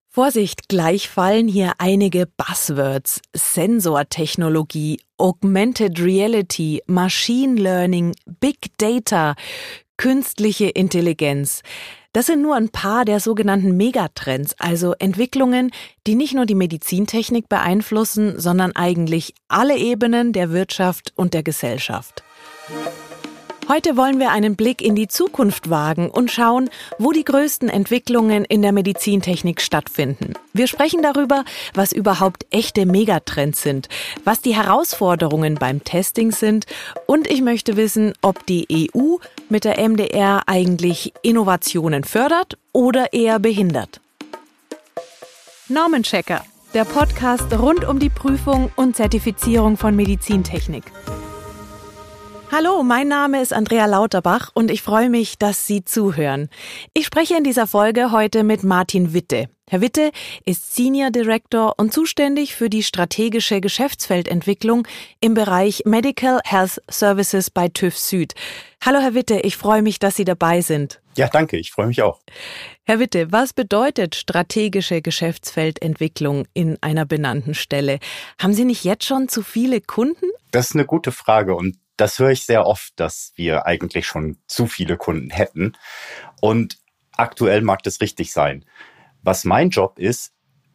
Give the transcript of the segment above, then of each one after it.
Vorsicht, gleich fallen hier einige Buzzwords. Sensortechnologie, Augmented Reality, Machine Learning, Big Data, künstliche Intelligenz. Das sind nur ein paar der sogenannten Megatrends, also Entwicklungen, die nicht nur die Medizintechnik beeinflussen, sondern eigentlich alle Ebenen der Wirtschaft und der Gesellschaft. Heute wollen wir einen Blick in die Zukunft wagen und schauen, wo die größten Entwicklungen in der Medizintechnik stattfinden. Wir sprechen darüber, was überhaupt echte Megatrends sind, was die Herausforderungen beim Testing sind und ich möchte wissen, ob die EU mit der MDR eigentlich Innovationen fördert oder eher behindert. Normenchecker, der Podcast rund um die Prüfung und Zertifizierung von Medizintechnik. Hallo, mein Name ist Andrea Lauterbach und ich freue mich, dass Sie zuhören. Ich spreche in dieser Folge heute mit Martin Witte. Herr Witte ist Senior Director und zuständig für die strategische Geschäftsfeldentwicklung im Bereich Medical Health Services bei TÜV Süd. Hallo Herr Witte, ich freue mich, dass Sie dabei sind. Ja, danke, ich freue mich auch. Herr Witte, was bedeutet strategische Geschäftsfeldentwicklung in einer benannten Stelle? Haben Sie nicht jetzt schon zu viele Kunden? Das ist eine gute Frage und das höre ich sehr oft, dass wir eigentlich schon zu viele Kunden hätten. Und aktuell mag das richtig sein. Was mein Job ist,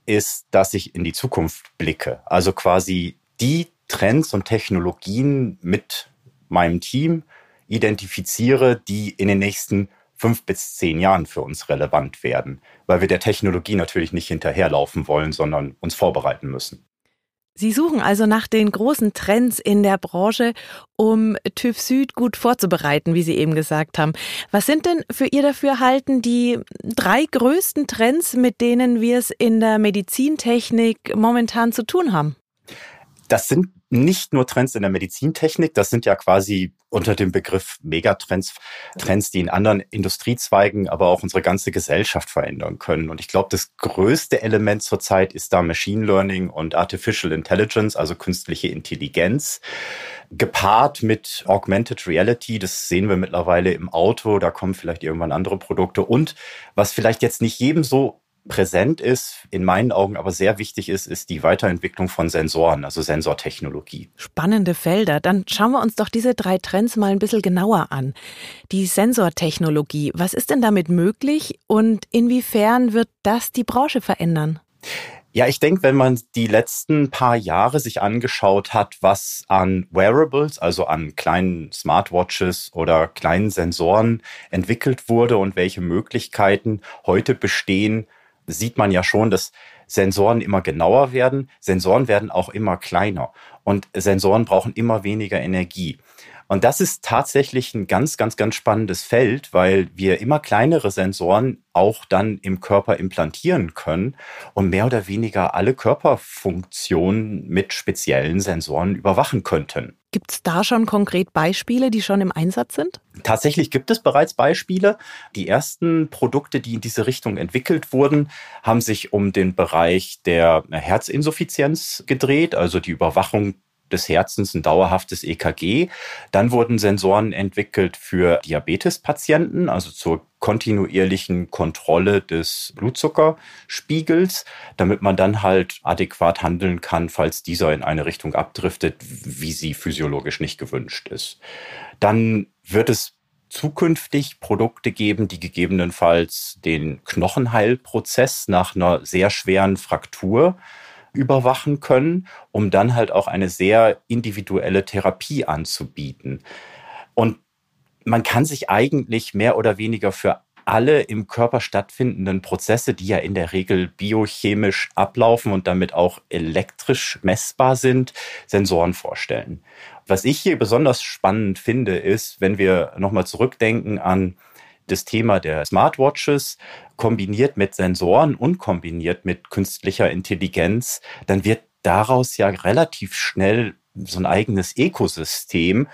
dass ich in die Zukunft blicke. Also quasi die Trends und Technologien mit meinem Team identifiziere, die in den nächsten 5 bis 10 Jahren für uns relevant werden. Weil wir der Technologie natürlich nicht hinterherlaufen wollen, sondern uns vorbereiten müssen. Sie suchen also nach den großen Trends in der Branche, um TÜV Süd gut vorzubereiten, wie Sie eben gesagt haben. Was sind denn für Ihr Dafürhalten die 3 größten Trends, mit denen wir es in der Medizintechnik momentan zu tun haben? Das sind nicht nur Trends in der Medizintechnik, das sind ja quasi unter dem Begriff Megatrends, Trends, die in anderen Industriezweigen, aber auch unsere ganze Gesellschaft verändern können. Und ich glaube, das größte Element zurzeit ist da Machine Learning und Artificial Intelligence, also künstliche Intelligenz, gepaart mit Augmented Reality. Das sehen wir mittlerweile im Auto, da kommen vielleicht irgendwann andere Produkte. Und was vielleicht jetzt nicht jedem so präsent ist, in meinen Augen aber sehr wichtig ist die Weiterentwicklung von Sensoren, also Sensortechnologie. Spannende Felder. Dann schauen wir uns doch diese 3 Trends mal ein bisschen genauer an. Die Sensortechnologie, was ist denn damit möglich und inwiefern wird das die Branche verändern? Ja, ich denke, wenn man die letzten paar Jahre sich angeschaut hat, was an Wearables, also an kleinen Smartwatches oder kleinen Sensoren entwickelt wurde und welche Möglichkeiten heute bestehen, sieht man ja schon, dass Sensoren immer genauer werden. Sensoren werden auch immer kleiner und Sensoren brauchen immer weniger Energie. Und das ist tatsächlich ein ganz, ganz, ganz spannendes Feld, weil wir immer kleinere Sensoren auch dann im Körper implantieren können und mehr oder weniger alle Körperfunktionen mit speziellen Sensoren überwachen könnten. Gibt es da schon konkret Beispiele, die schon im Einsatz sind? Tatsächlich gibt es bereits Beispiele. Die ersten Produkte, die in diese Richtung entwickelt wurden, haben sich um den Bereich der Herzinsuffizienz gedreht, also die Überwachung des Herzens, ein dauerhaftes EKG. Dann wurden Sensoren entwickelt für Diabetespatienten, also zur kontinuierlichen Kontrolle des Blutzuckerspiegels, damit man dann halt adäquat handeln kann, falls dieser in eine Richtung abdriftet, wie sie physiologisch nicht gewünscht ist. Dann wird es zukünftig Produkte geben, die gegebenenfalls den Knochenheilprozess nach einer sehr schweren Fraktur überwachen können, um dann halt auch eine sehr individuelle Therapie anzubieten. Und man kann sich eigentlich mehr oder weniger für alle im Körper stattfindenden Prozesse, die ja in der Regel biochemisch ablaufen und damit auch elektrisch messbar sind, Sensoren vorstellen. Was ich hier besonders spannend finde, ist, wenn wir nochmal zurückdenken an das Thema der Smartwatches, kombiniert mit Sensoren und kombiniert mit künstlicher Intelligenz, dann wird daraus ja relativ schnell so ein eigenes Ökosystem,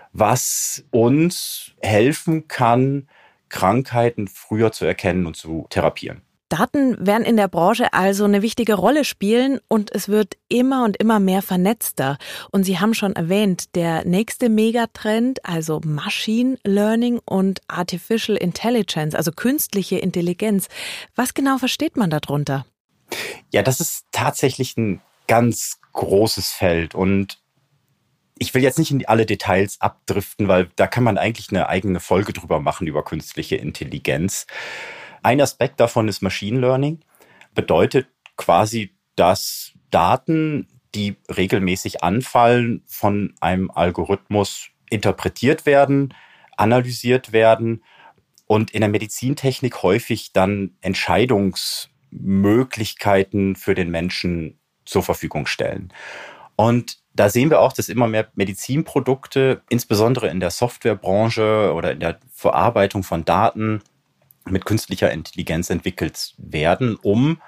was uns helfen kann, Krankheiten früher zu erkennen und zu therapieren. Daten werden in der Branche also eine wichtige Rolle spielen und es wird immer und immer mehr vernetzter. Und Sie haben schon erwähnt, der nächste Megatrend, also Machine Learning und Artificial Intelligence, also künstliche Intelligenz. Was genau versteht man darunter? Ja, das ist tatsächlich ein ganz großes Feld und ich will jetzt nicht in alle Details abdriften, weil da kann man eigentlich eine eigene Folge drüber machen, über künstliche Intelligenz. Ein Aspekt davon ist Machine Learning. Bedeutet quasi, dass Daten, die regelmäßig anfallen, von einem Algorithmus interpretiert werden, analysiert werden und in der Medizintechnik häufig dann Entscheidungsmöglichkeiten für den Menschen zur Verfügung stellen. Und da sehen wir auch, dass immer mehr Medizinprodukte, insbesondere in der Softwarebranche oder in der Verarbeitung von Daten, mit künstlicher Intelligenz entwickelt werden, um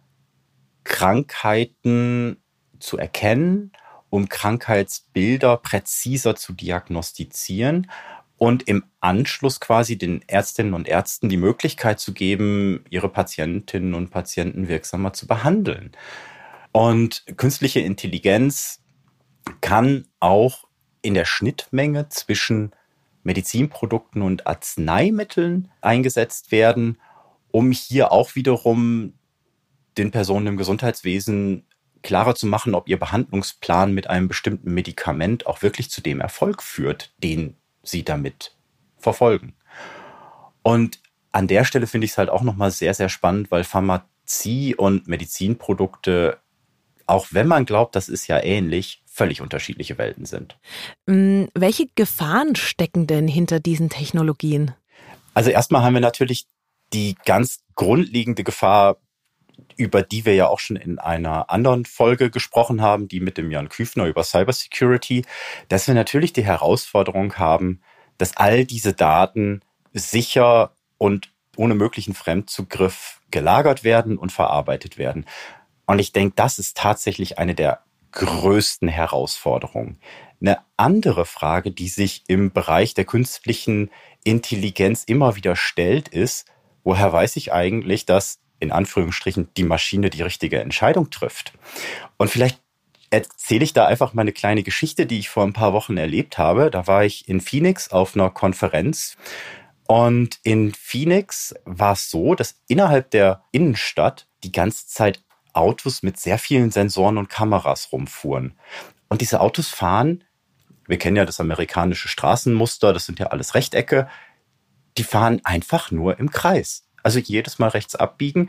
Krankheiten zu erkennen, um Krankheitsbilder präziser zu diagnostizieren und im Anschluss quasi den Ärztinnen und Ärzten die Möglichkeit zu geben, ihre Patientinnen und Patienten wirksamer zu behandeln. Und künstliche Intelligenz kann auch in der Schnittmenge zwischen Medizinprodukten und Arzneimitteln eingesetzt werden, um hier auch wiederum den Personen im Gesundheitswesen klarer zu machen, ob ihr Behandlungsplan mit einem bestimmten Medikament auch wirklich zu dem Erfolg führt, den sie damit verfolgen. Und an der Stelle finde ich es halt auch nochmal sehr, sehr spannend, weil Pharmazie und Medizinprodukte, auch wenn man glaubt, das ist ja ähnlich, völlig unterschiedliche Welten sind. Welche Gefahren stecken denn hinter diesen Technologien? Also erstmal haben wir natürlich die ganz grundlegende Gefahr, über die wir ja auch schon in einer anderen Folge gesprochen haben, die mit dem Jan Küfner über Cybersecurity, dass wir natürlich die Herausforderung haben, dass all diese Daten sicher und ohne möglichen Fremdzugriff gelagert werden und verarbeitet werden. Und ich denke, das ist tatsächlich eine der größten Herausforderungen. Eine andere Frage, die sich im Bereich der künstlichen Intelligenz immer wieder stellt, ist, woher weiß ich eigentlich, dass in Anführungsstrichen die Maschine die richtige Entscheidung trifft? Und vielleicht erzähle ich da einfach mal eine kleine Geschichte, die ich vor ein paar Wochen erlebt habe. Da war ich in Phoenix auf einer Konferenz. Und in Phoenix war es so, dass innerhalb der Innenstadt die ganze Zeit Autos mit sehr vielen Sensoren und Kameras rumfuhren. Und diese Autos fahren, wir kennen ja das amerikanische Straßenmuster, das sind ja alles Rechtecke, die fahren einfach nur im Kreis. Also jedes Mal rechts abbiegen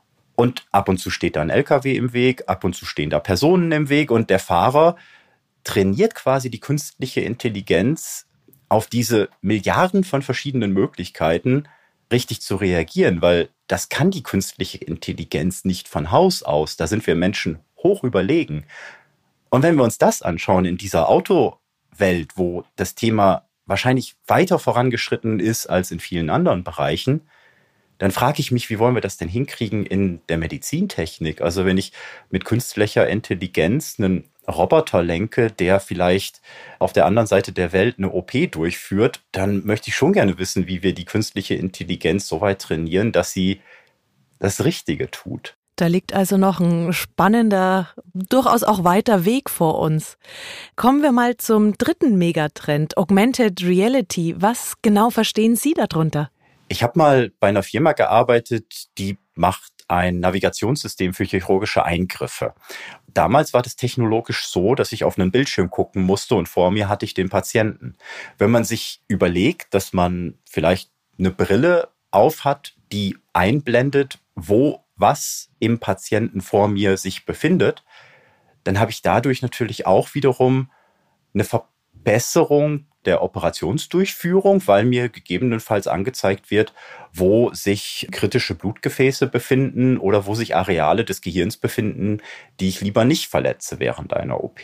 und ab und zu steht da ein LKW im Weg, ab und zu stehen da Personen im Weg und der Fahrer trainiert quasi die künstliche Intelligenz auf diese Milliarden von verschiedenen Möglichkeiten richtig zu reagieren, weil das kann die künstliche Intelligenz nicht von Haus aus. Da sind wir Menschen hoch überlegen. Und wenn wir uns das anschauen in dieser Autowelt, wo das Thema wahrscheinlich weiter vorangeschritten ist als in vielen anderen Bereichen, dann frage ich mich, wie wollen wir das denn hinkriegen in der Medizintechnik? Also wenn ich mit künstlicher Intelligenz einen Roboter lenke, der vielleicht auf der anderen Seite der Welt eine OP durchführt, dann möchte ich schon gerne wissen, wie wir die künstliche Intelligenz so weit trainieren, dass sie das Richtige tut. Da liegt also noch ein spannender, durchaus auch weiter Weg vor uns. Kommen wir mal zum dritten Megatrend, Augmented Reality. Was genau verstehen Sie darunter? Ich habe mal bei einer Firma gearbeitet, die macht ein Navigationssystem für chirurgische Eingriffe. Damals war das technologisch so, dass ich auf einen Bildschirm gucken musste und vor mir hatte ich den Patienten. Wenn man sich überlegt, dass man vielleicht eine Brille aufhat, die einblendet, wo was im Patienten vor mir sich befindet, dann habe ich dadurch natürlich auch wiederum eine Verbesserung der Operationsdurchführung, weil mir gegebenenfalls angezeigt wird, wo sich kritische Blutgefäße befinden oder wo sich Areale des Gehirns befinden, die ich lieber nicht verletze während einer OP.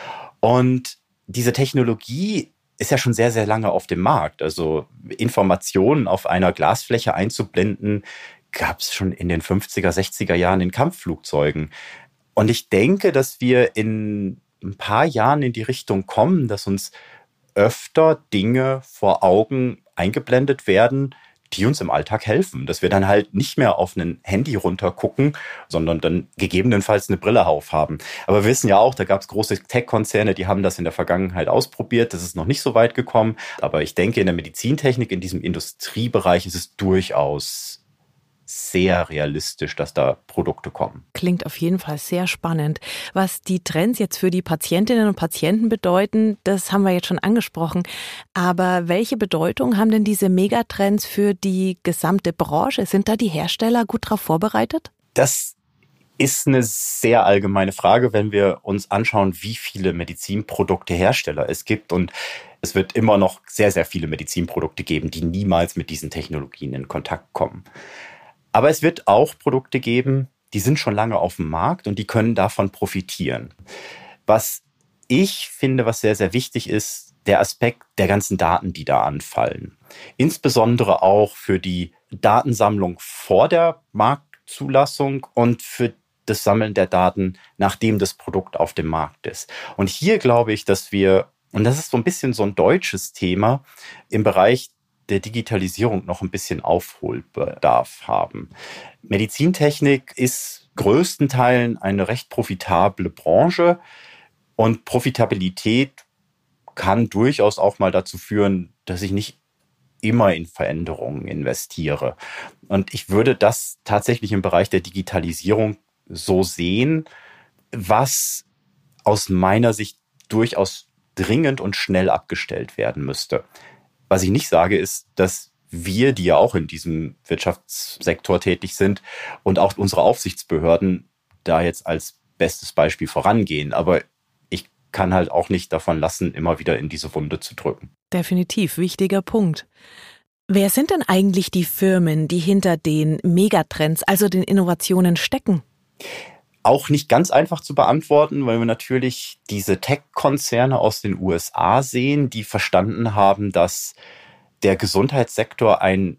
Und diese Technologie ist ja schon sehr, sehr lange auf dem Markt. Also Informationen auf einer Glasfläche einzublenden, gab es schon in den 50er, 60er Jahren in Kampfflugzeugen. Und ich denke, dass wir in ein paar Jahren in die Richtung kommen, dass uns öfter Dinge vor Augen eingeblendet werden, die uns im Alltag helfen. Dass wir dann halt nicht mehr auf ein Handy runtergucken, sondern dann gegebenenfalls eine Brille aufhaben. Aber wir wissen ja auch, da gab es große Tech-Konzerne, die haben das in der Vergangenheit ausprobiert. Das ist noch nicht so weit gekommen. Aber ich denke, in der Medizintechnik, in diesem Industriebereich ist es durchaus sehr realistisch, dass da Produkte kommen. Klingt auf jeden Fall sehr spannend. Was die Trends jetzt für die Patientinnen und Patienten bedeuten, das haben wir jetzt schon angesprochen. Aber welche Bedeutung haben denn diese Megatrends für die gesamte Branche? Sind da die Hersteller gut darauf vorbereitet? Das ist eine sehr allgemeine Frage, wenn wir uns anschauen, wie viele Medizinproduktehersteller es gibt. Und es wird immer noch sehr, sehr viele Medizinprodukte geben, die niemals mit diesen Technologien in Kontakt kommen. Aber es wird auch Produkte geben, die sind schon lange auf dem Markt und die können davon profitieren. Was ich finde, was sehr, sehr wichtig ist, der Aspekt der ganzen Daten, die da anfallen. Insbesondere auch für die Datensammlung vor der Marktzulassung und für das Sammeln der Daten, nachdem das Produkt auf dem Markt ist. Und hier glaube ich, dass wir, und das ist so ein bisschen so ein deutsches Thema, im Bereich der Digitalisierung noch ein bisschen Aufholbedarf haben. Medizintechnik ist größtenteils eine recht profitable Branche und Profitabilität kann durchaus auch mal dazu führen, dass ich nicht immer in Veränderungen investiere. Und ich würde das tatsächlich im Bereich der Digitalisierung so sehen, was aus meiner Sicht durchaus dringend und schnell abgestellt werden müsste. Was ich nicht sage, ist, dass wir, die ja auch in diesem Wirtschaftssektor tätig sind und auch unsere Aufsichtsbehörden da jetzt als bestes Beispiel vorangehen. Aber ich kann halt auch nicht davon lassen, immer wieder in diese Wunde zu drücken. Definitiv, wichtiger Punkt. Wer sind denn eigentlich die Firmen, die hinter den Megatrends, also den Innovationen stecken? Auch nicht ganz einfach zu beantworten, weil wir natürlich diese Tech-Konzerne aus den USA sehen, die verstanden haben, dass der Gesundheitssektor ein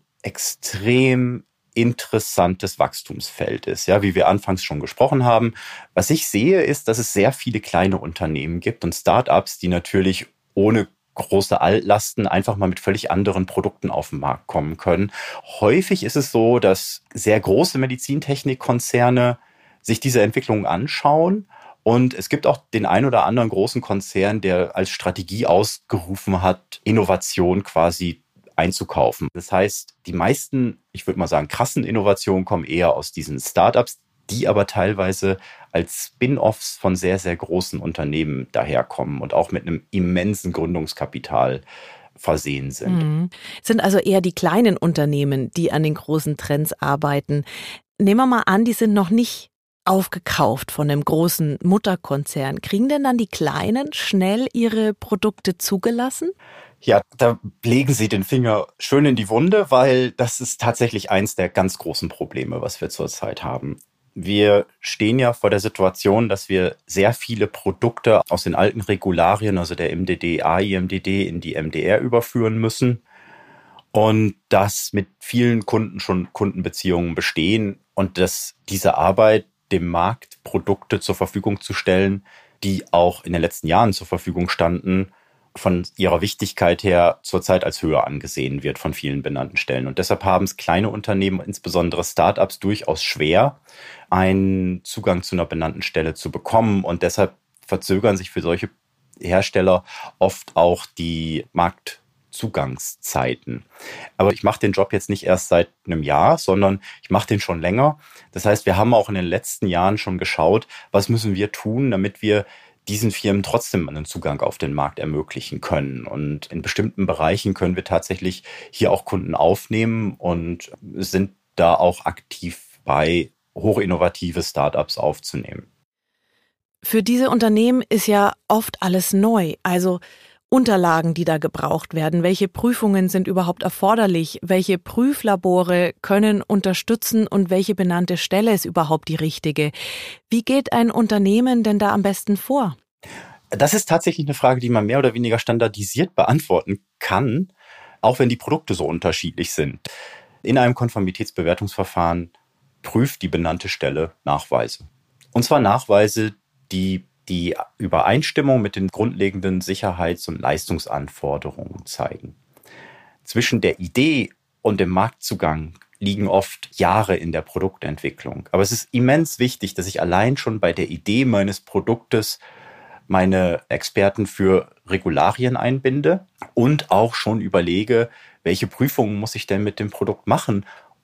extrem interessantes Wachstumsfeld ist, ja, wie wir anfangs schon gesprochen haben. Was ich sehe, ist, dass es sehr viele kleine Unternehmen gibt und Startups, die natürlich ohne große Altlasten einfach mal mit völlig anderen Produkten auf den Markt kommen können. Häufig ist es so, dass sehr große Medizintechnikkonzerne sich diese Entwicklungen anschauen. Und es gibt auch den ein oder anderen großen Konzern, der als Strategie ausgerufen hat, Innovation quasi einzukaufen. Das heißt, die meisten, ich würde mal sagen, krassen Innovationen kommen eher aus diesen Startups, die aber teilweise als Spin-offs von sehr, sehr großen Unternehmen daherkommen und auch mit einem immensen Gründungskapital versehen sind. Sind also eher die kleinen Unternehmen, die an den großen Trends arbeiten. Nehmen wir mal an, die sind noch nicht aufgekauft von einem großen Mutterkonzern. Kriegen denn dann die Kleinen schnell ihre Produkte zugelassen? Ja, da legen Sie den Finger schön in die Wunde, weil das ist tatsächlich eins der ganz großen Probleme, was wir zurzeit haben. Wir stehen ja vor der Situation, dass wir sehr viele Produkte aus den alten Regularien, also der MDD, AIMDD, in die MDR überführen müssen. Und dass mit vielen Kunden schon Kundenbeziehungen bestehen und dass diese Arbeit, dem Markt Produkte zur Verfügung zu stellen, die auch in den letzten Jahren zur Verfügung standen, von ihrer Wichtigkeit her zurzeit als höher angesehen wird von vielen benannten Stellen. Und deshalb haben es kleine Unternehmen, insbesondere Startups, durchaus schwer, einen Zugang zu einer benannten Stelle zu bekommen. Und deshalb verzögern sich für solche Hersteller oft auch die Marktzugangszeiten. Aber ich mache den Job jetzt nicht erst seit einem Jahr, sondern ich mache den schon länger. Das heißt, wir haben auch in den letzten Jahren schon geschaut, was müssen wir tun, damit wir diesen Firmen trotzdem einen Zugang auf den Markt ermöglichen können. Und in bestimmten Bereichen können wir tatsächlich hier auch Kunden aufnehmen und sind da auch aktiv bei, hochinnovative Startups aufzunehmen. Für diese Unternehmen ist ja oft alles neu. Also Unterlagen, die da gebraucht werden. Welche Prüfungen sind überhaupt erforderlich? Welche Prüflabore können unterstützen und welche benannte Stelle ist überhaupt die richtige? Wie geht ein Unternehmen denn da am besten vor? Das ist tatsächlich eine Frage, die man mehr oder weniger standardisiert beantworten kann, auch wenn die Produkte so unterschiedlich sind. In einem Konformitätsbewertungsverfahren prüft die benannte Stelle Nachweise. Und zwar Nachweise, die Übereinstimmung mit den grundlegenden Sicherheits- und Leistungsanforderungen zeigen. Zwischen der Idee und dem Marktzugang liegen oft Jahre in der Produktentwicklung. Aber es ist immens wichtig, dass ich allein schon bei der Idee meines Produktes meine Experten für Regularien einbinde und auch schon überlege, welche Prüfungen muss ich denn mit dem Produkt machen,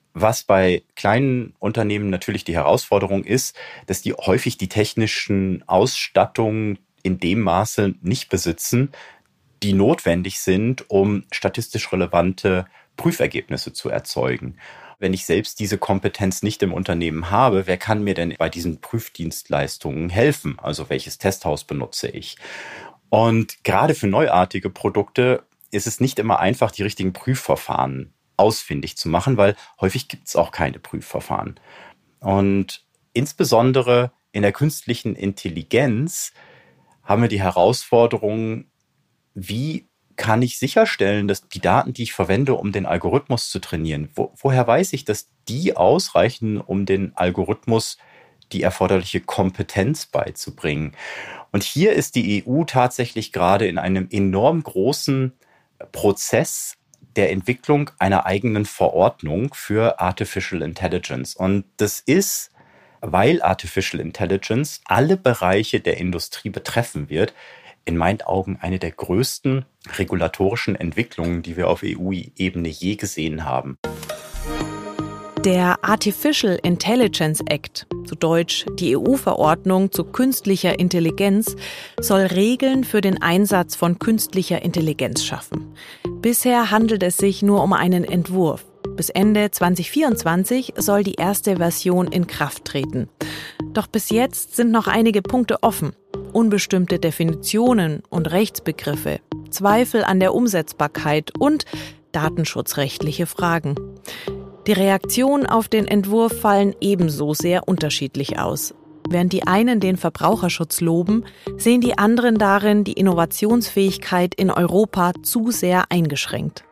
Was bei kleinen Unternehmen natürlich die Herausforderung ist, dass die häufig die technischen Ausstattungen in dem Maße nicht besitzen, die notwendig sind, um statistisch relevante Prüfergebnisse zu erzeugen. Wenn ich selbst diese Kompetenz nicht im Unternehmen habe, wer kann mir denn bei diesen Prüfdienstleistungen helfen? Also welches Testhaus benutze ich? Und gerade für neuartige Produkte ist es nicht immer einfach, die richtigen Prüfverfahren ausfindig zu machen, weil häufig gibt es auch keine Prüfverfahren. Und insbesondere in der künstlichen Intelligenz haben wir die Herausforderung, wie kann ich sicherstellen, dass die Daten, die ich verwende, um den Algorithmus zu trainieren, woher weiß ich, dass die ausreichen, um den Algorithmus die erforderliche Kompetenz beizubringen? Und hier ist die EU tatsächlich gerade in einem enorm großen Prozess der Entwicklung einer eigenen Verordnung für Artificial Intelligence. Und das ist, weil Artificial Intelligence alle Bereiche der Industrie betreffen wird, in meinen Augen eine der größten regulatorischen Entwicklungen, die wir auf EU-Ebene je gesehen haben. Der Artificial Intelligence Act, zu Deutsch die EU-Verordnung zu künstlicher Intelligenz, soll Regeln für den Einsatz von künstlicher Intelligenz schaffen. Bisher handelt es sich nur um einen Entwurf. Bis Ende 2024 soll die erste Version in Kraft treten. Doch bis jetzt sind noch einige Punkte offen. Unbestimmte Definitionen und Rechtsbegriffe, Zweifel an der Umsetzbarkeit und datenschutzrechtliche Fragen. Die Reaktionen auf den Entwurf fallen ebenso sehr unterschiedlich aus. Während die einen den Verbraucherschutz loben, sehen die anderen darin die Innovationsfähigkeit in Europa zu sehr eingeschränkt.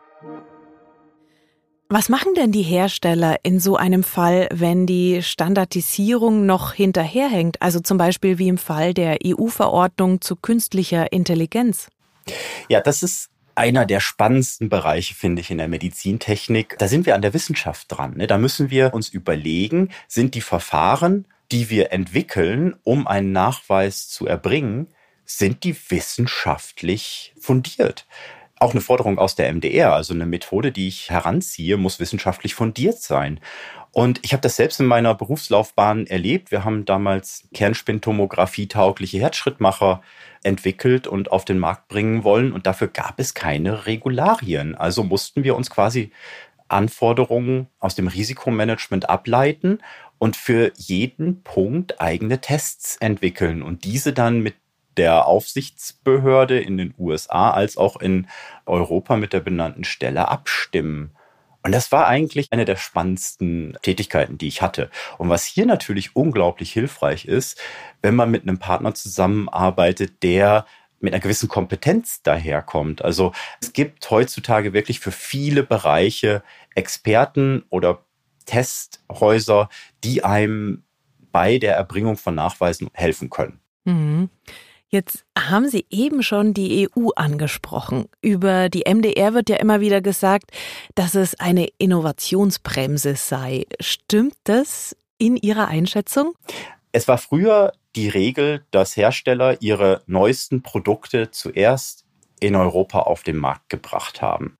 Was machen denn die Hersteller in so einem Fall, wenn die Standardisierung noch hinterherhängt? Also zum Beispiel wie im Fall der EU-Verordnung zu künstlicher Intelligenz. Ja, das ist einer der spannendsten Bereiche, finde ich, in der Medizintechnik. Da sind wir an der Wissenschaft dran. Da müssen wir uns überlegen, sind die Verfahren, die wir entwickeln, um einen Nachweis zu erbringen, sind die wissenschaftlich fundiert? Auch eine Forderung aus der MDR, also eine Methode, die ich heranziehe, muss wissenschaftlich fundiert sein. Und ich habe das selbst in meiner Berufslaufbahn erlebt. Wir haben damals Kernspintomographie-taugliche Herzschrittmacher entwickelt und auf den Markt bringen wollen. Und dafür gab es keine Regularien. Also mussten wir uns quasi Anforderungen aus dem Risikomanagement ableiten und für jeden Punkt eigene Tests entwickeln und diese dann mit der Aufsichtsbehörde in den USA als auch in Europa mit der benannten Stelle abstimmen. Und das war eigentlich eine der spannendsten Tätigkeiten, die ich hatte. Und was hier natürlich unglaublich hilfreich ist, wenn man mit einem Partner zusammenarbeitet, der mit einer gewissen Kompetenz daherkommt. Also es gibt heutzutage wirklich für viele Bereiche Experten oder Testhäuser, die einem bei der Erbringung von Nachweisen helfen können. Mhm. Jetzt haben Sie eben schon die EU angesprochen. Über die MDR wird ja immer wieder gesagt, dass es eine Innovationsbremse sei. Stimmt das in Ihrer Einschätzung? Es war früher die Regel, dass Hersteller ihre neuesten Produkte zuerst in Europa auf den Markt gebracht haben.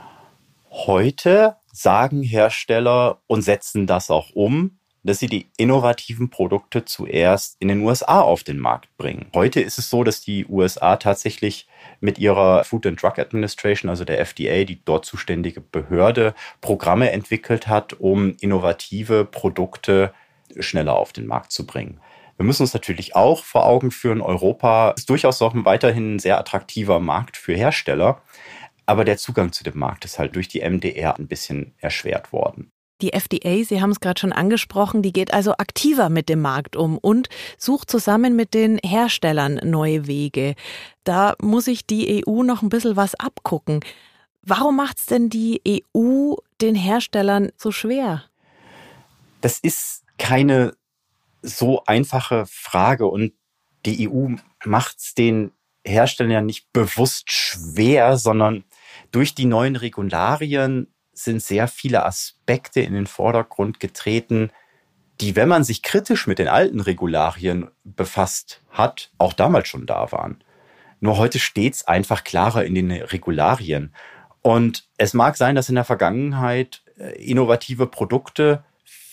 Heute sagen Hersteller und setzen das auch um, dass sie die innovativen Produkte zuerst in den USA auf den Markt bringen. Heute ist es so, dass die USA tatsächlich mit ihrer Food and Drug Administration, also der FDA, die dort zuständige Behörde, Programme entwickelt hat, um innovative Produkte schneller auf den Markt zu bringen. Wir müssen uns natürlich auch vor Augen führen, Europa ist durchaus auch weiterhin ein sehr attraktiver Markt für Hersteller, aber der Zugang zu dem Markt ist halt durch die MDR ein bisschen erschwert worden. Die FDA, Sie haben es gerade schon angesprochen, die geht also aktiver mit dem Markt um und sucht zusammen mit den Herstellern neue Wege. Da muss sich die EU noch ein bisschen was abgucken. Warum macht's denn die EU den Herstellern so schwer? Das ist keine so einfache Frage und die EU macht's den Herstellern ja nicht bewusst schwer, sondern durch die neuen Regularien sind sehr viele Aspekte in den Vordergrund getreten, die, wenn man sich kritisch mit den alten Regularien befasst hat, auch damals schon da waren. Nur heute steht es einfach klarer in den Regularien. Und es mag sein, dass in der Vergangenheit innovative Produkte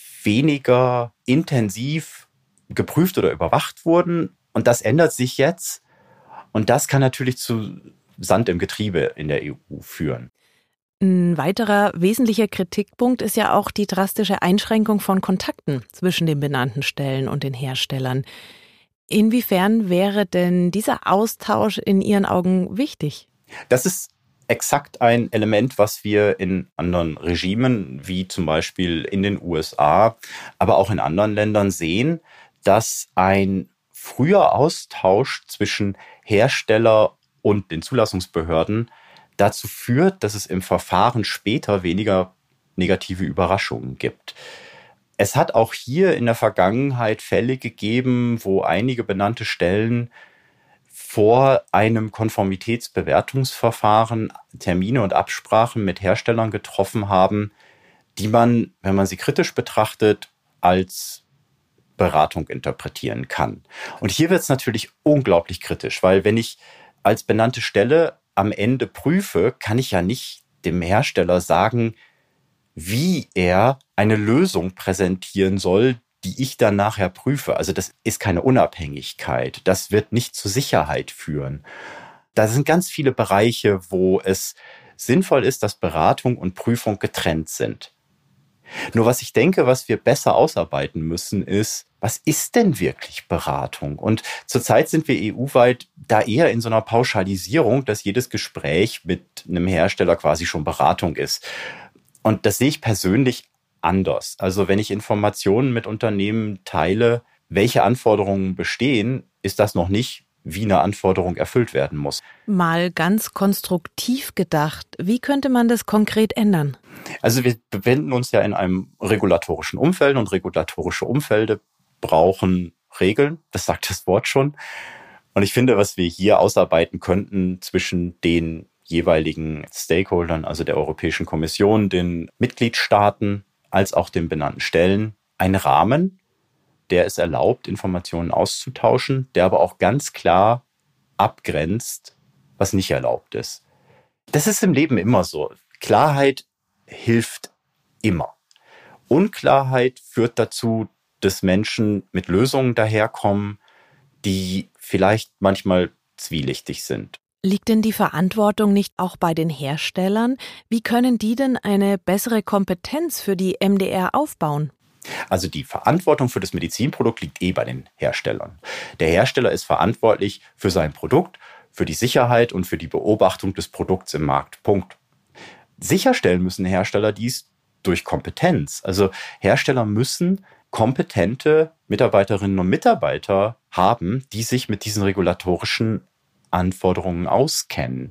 weniger intensiv geprüft oder überwacht wurden. Und das ändert sich jetzt. Und das kann natürlich zu Sand im Getriebe in der EU führen. Ein weiterer wesentlicher Kritikpunkt ist ja auch die drastische Einschränkung von Kontakten zwischen den benannten Stellen und den Herstellern. Inwiefern wäre denn dieser Austausch in Ihren Augen wichtig? Das ist exakt ein Element, was wir in anderen Regimen, wie zum Beispiel in den USA, aber auch in anderen Ländern sehen, dass ein früher Austausch zwischen Hersteller und den Zulassungsbehörden dazu führt, dass es im Verfahren später weniger negative Überraschungen gibt. Es hat auch hier in der Vergangenheit Fälle gegeben, wo einige benannte Stellen vor einem Konformitätsbewertungsverfahren Termine und Absprachen mit Herstellern getroffen haben, die man, wenn man sie kritisch betrachtet, als Beratung interpretieren kann. Und hier wird es natürlich unglaublich kritisch, weil wenn ich als benannte Stelle am Ende prüfe, kann ich ja nicht dem Hersteller sagen, wie er eine Lösung präsentieren soll, die ich dann nachher prüfe. Also das ist keine Unabhängigkeit. Das wird nicht zur Sicherheit führen. Da sind ganz viele Bereiche, wo es sinnvoll ist, dass Beratung und Prüfung getrennt sind. Nur was ich denke, was wir besser ausarbeiten müssen, ist, was ist denn wirklich Beratung? Und zurzeit sind wir EU-weit da eher in so einer Pauschalisierung, dass jedes Gespräch mit einem Hersteller quasi schon Beratung ist. Und das sehe ich persönlich anders. Also wenn ich Informationen mit Unternehmen teile, welche Anforderungen bestehen, ist das noch nicht, wie eine Anforderung erfüllt werden muss. Mal ganz konstruktiv gedacht, wie könnte man das konkret ändern? Also wir befinden uns ja in einem regulatorischen Umfeld und regulatorische Umfelde brauchen Regeln, das sagt das Wort schon. Und ich finde, was wir hier ausarbeiten könnten zwischen den jeweiligen Stakeholdern, also der Europäischen Kommission, den Mitgliedstaaten, als auch den benannten Stellen, ein Rahmen, der es erlaubt, Informationen auszutauschen, der aber auch ganz klar abgrenzt, was nicht erlaubt ist. Das ist im Leben immer so. Klarheit hilft immer. Unklarheit führt dazu, dass Menschen mit Lösungen daherkommen, die vielleicht manchmal zwielichtig sind. Liegt denn die Verantwortung nicht auch bei den Herstellern? Wie können die denn eine bessere Kompetenz für die MDR aufbauen? Also die Verantwortung für das Medizinprodukt liegt bei den Herstellern. Der Hersteller ist verantwortlich für sein Produkt, für die Sicherheit und für die Beobachtung des Produkts im Markt. Punkt. Sicherstellen müssen Hersteller dies durch Kompetenz. Also Hersteller müssen kompetente Mitarbeiterinnen und Mitarbeiter haben, die sich mit diesen regulatorischen Anforderungen auskennen.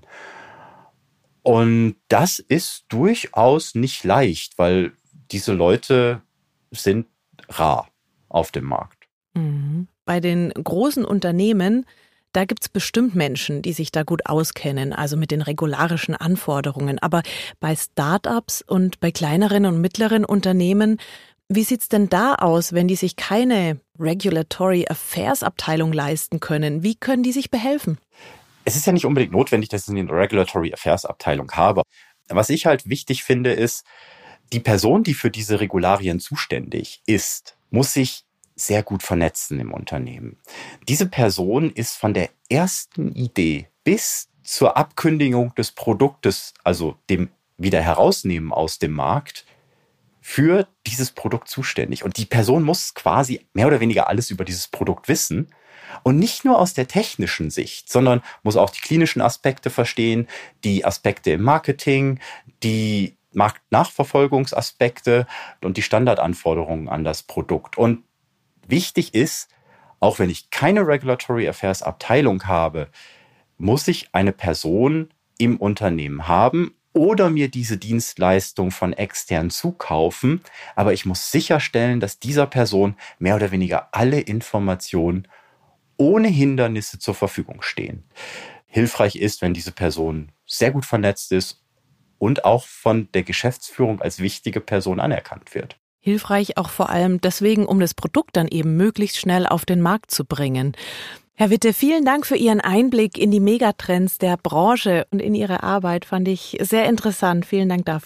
Und das ist durchaus nicht leicht, weil diese Leute sind rar auf dem Markt. Bei den großen Unternehmen, da gibt es bestimmt Menschen, die sich da gut auskennen, also mit den regularischen Anforderungen. Aber bei Start-ups und bei kleineren und mittleren Unternehmen, wie sieht's denn da aus, wenn die sich keine Regulatory Affairs Abteilung leisten können? Wie können die sich behelfen? Es ist ja nicht unbedingt notwendig, dass ich eine Regulatory Affairs Abteilung habe. Was ich halt wichtig finde, ist, die Person, die für diese Regularien zuständig ist, muss sich sehr gut vernetzen im Unternehmen. Diese Person ist von der ersten Idee bis zur Abkündigung des Produktes, also dem Wiederherausnehmen aus dem Markt, für dieses Produkt zuständig. Und die Person muss quasi mehr oder weniger alles über dieses Produkt wissen. Und nicht nur aus der technischen Sicht, sondern muss auch die klinischen Aspekte verstehen, die Aspekte im Marketing, die Marktnachverfolgungsaspekte und die Standardanforderungen an das Produkt. Und wichtig ist, auch wenn ich keine Regulatory Affairs Abteilung habe, muss ich eine Person im Unternehmen haben oder mir diese Dienstleistung von extern zukaufen. Aber ich muss sicherstellen, dass dieser Person mehr oder weniger alle Informationen ohne Hindernisse zur Verfügung stehen. Hilfreich ist, wenn diese Person sehr gut vernetzt ist und auch von der Geschäftsführung als wichtige Person anerkannt wird. Hilfreich auch vor allem deswegen, um das Produkt dann eben möglichst schnell auf den Markt zu bringen. Herr Witte, vielen Dank für Ihren Einblick in die Megatrends der Branche und in Ihre Arbeit. Fand ich sehr interessant. Vielen Dank dafür.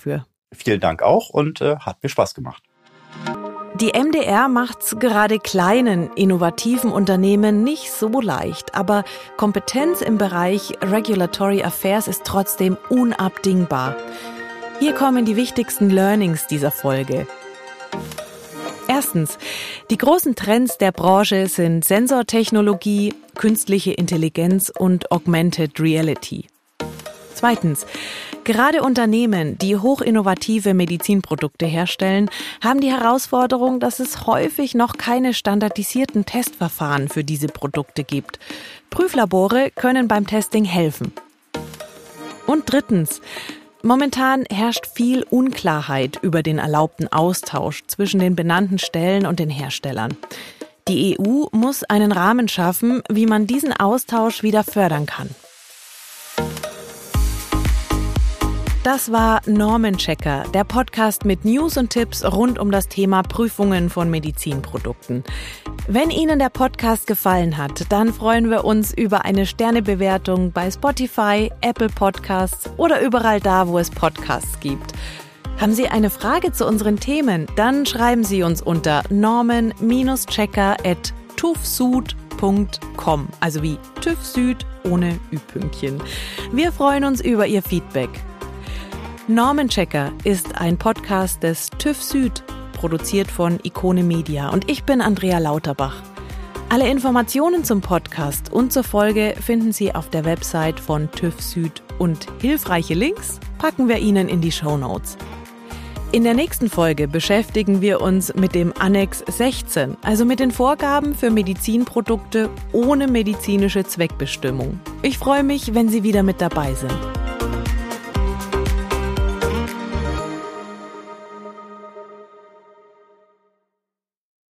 Vielen Dank auch und hat mir Spaß gemacht. Die MDR macht's gerade kleinen, innovativen Unternehmen nicht so leicht, aber Kompetenz im Bereich Regulatory Affairs ist trotzdem unabdingbar. Hier kommen die wichtigsten Learnings dieser Folge. Erstens, die großen Trends der Branche sind Sensortechnologie, künstliche Intelligenz und Augmented Reality. Zweitens, gerade Unternehmen, die hochinnovative Medizinprodukte herstellen, haben die Herausforderung, dass es häufig noch keine standardisierten Testverfahren für diese Produkte gibt. Prüflabore können beim Testing helfen. Und drittens, momentan herrscht viel Unklarheit über den erlaubten Austausch zwischen den benannten Stellen und den Herstellern. Die EU muss einen Rahmen schaffen, wie man diesen Austausch wieder fördern kann. Das war Normenchecker, der Podcast mit News und Tipps rund um das Thema Prüfungen von Medizinprodukten. Wenn Ihnen der Podcast gefallen hat, dann freuen wir uns über eine Sternebewertung bei Spotify, Apple Podcasts oder überall da, wo es Podcasts gibt. Haben Sie eine Frage zu unseren Themen? Dann schreiben Sie uns unter normen-checker@tuvsud.com, also wie TÜV Süd ohne Ü-Pünktchen. Wir freuen uns über Ihr Feedback. Normenchecker ist ein Podcast des TÜV Süd, produziert von Ikone Media, und ich bin Andrea Lauterbach. Alle Informationen zum Podcast und zur Folge finden Sie auf der Website von TÜV Süd und hilfreiche Links packen wir Ihnen in die Shownotes. In der nächsten Folge beschäftigen wir uns mit dem Annex 16, also mit den Vorgaben für Medizinprodukte ohne medizinische Zweckbestimmung. Ich freue mich, wenn Sie wieder mit dabei sind.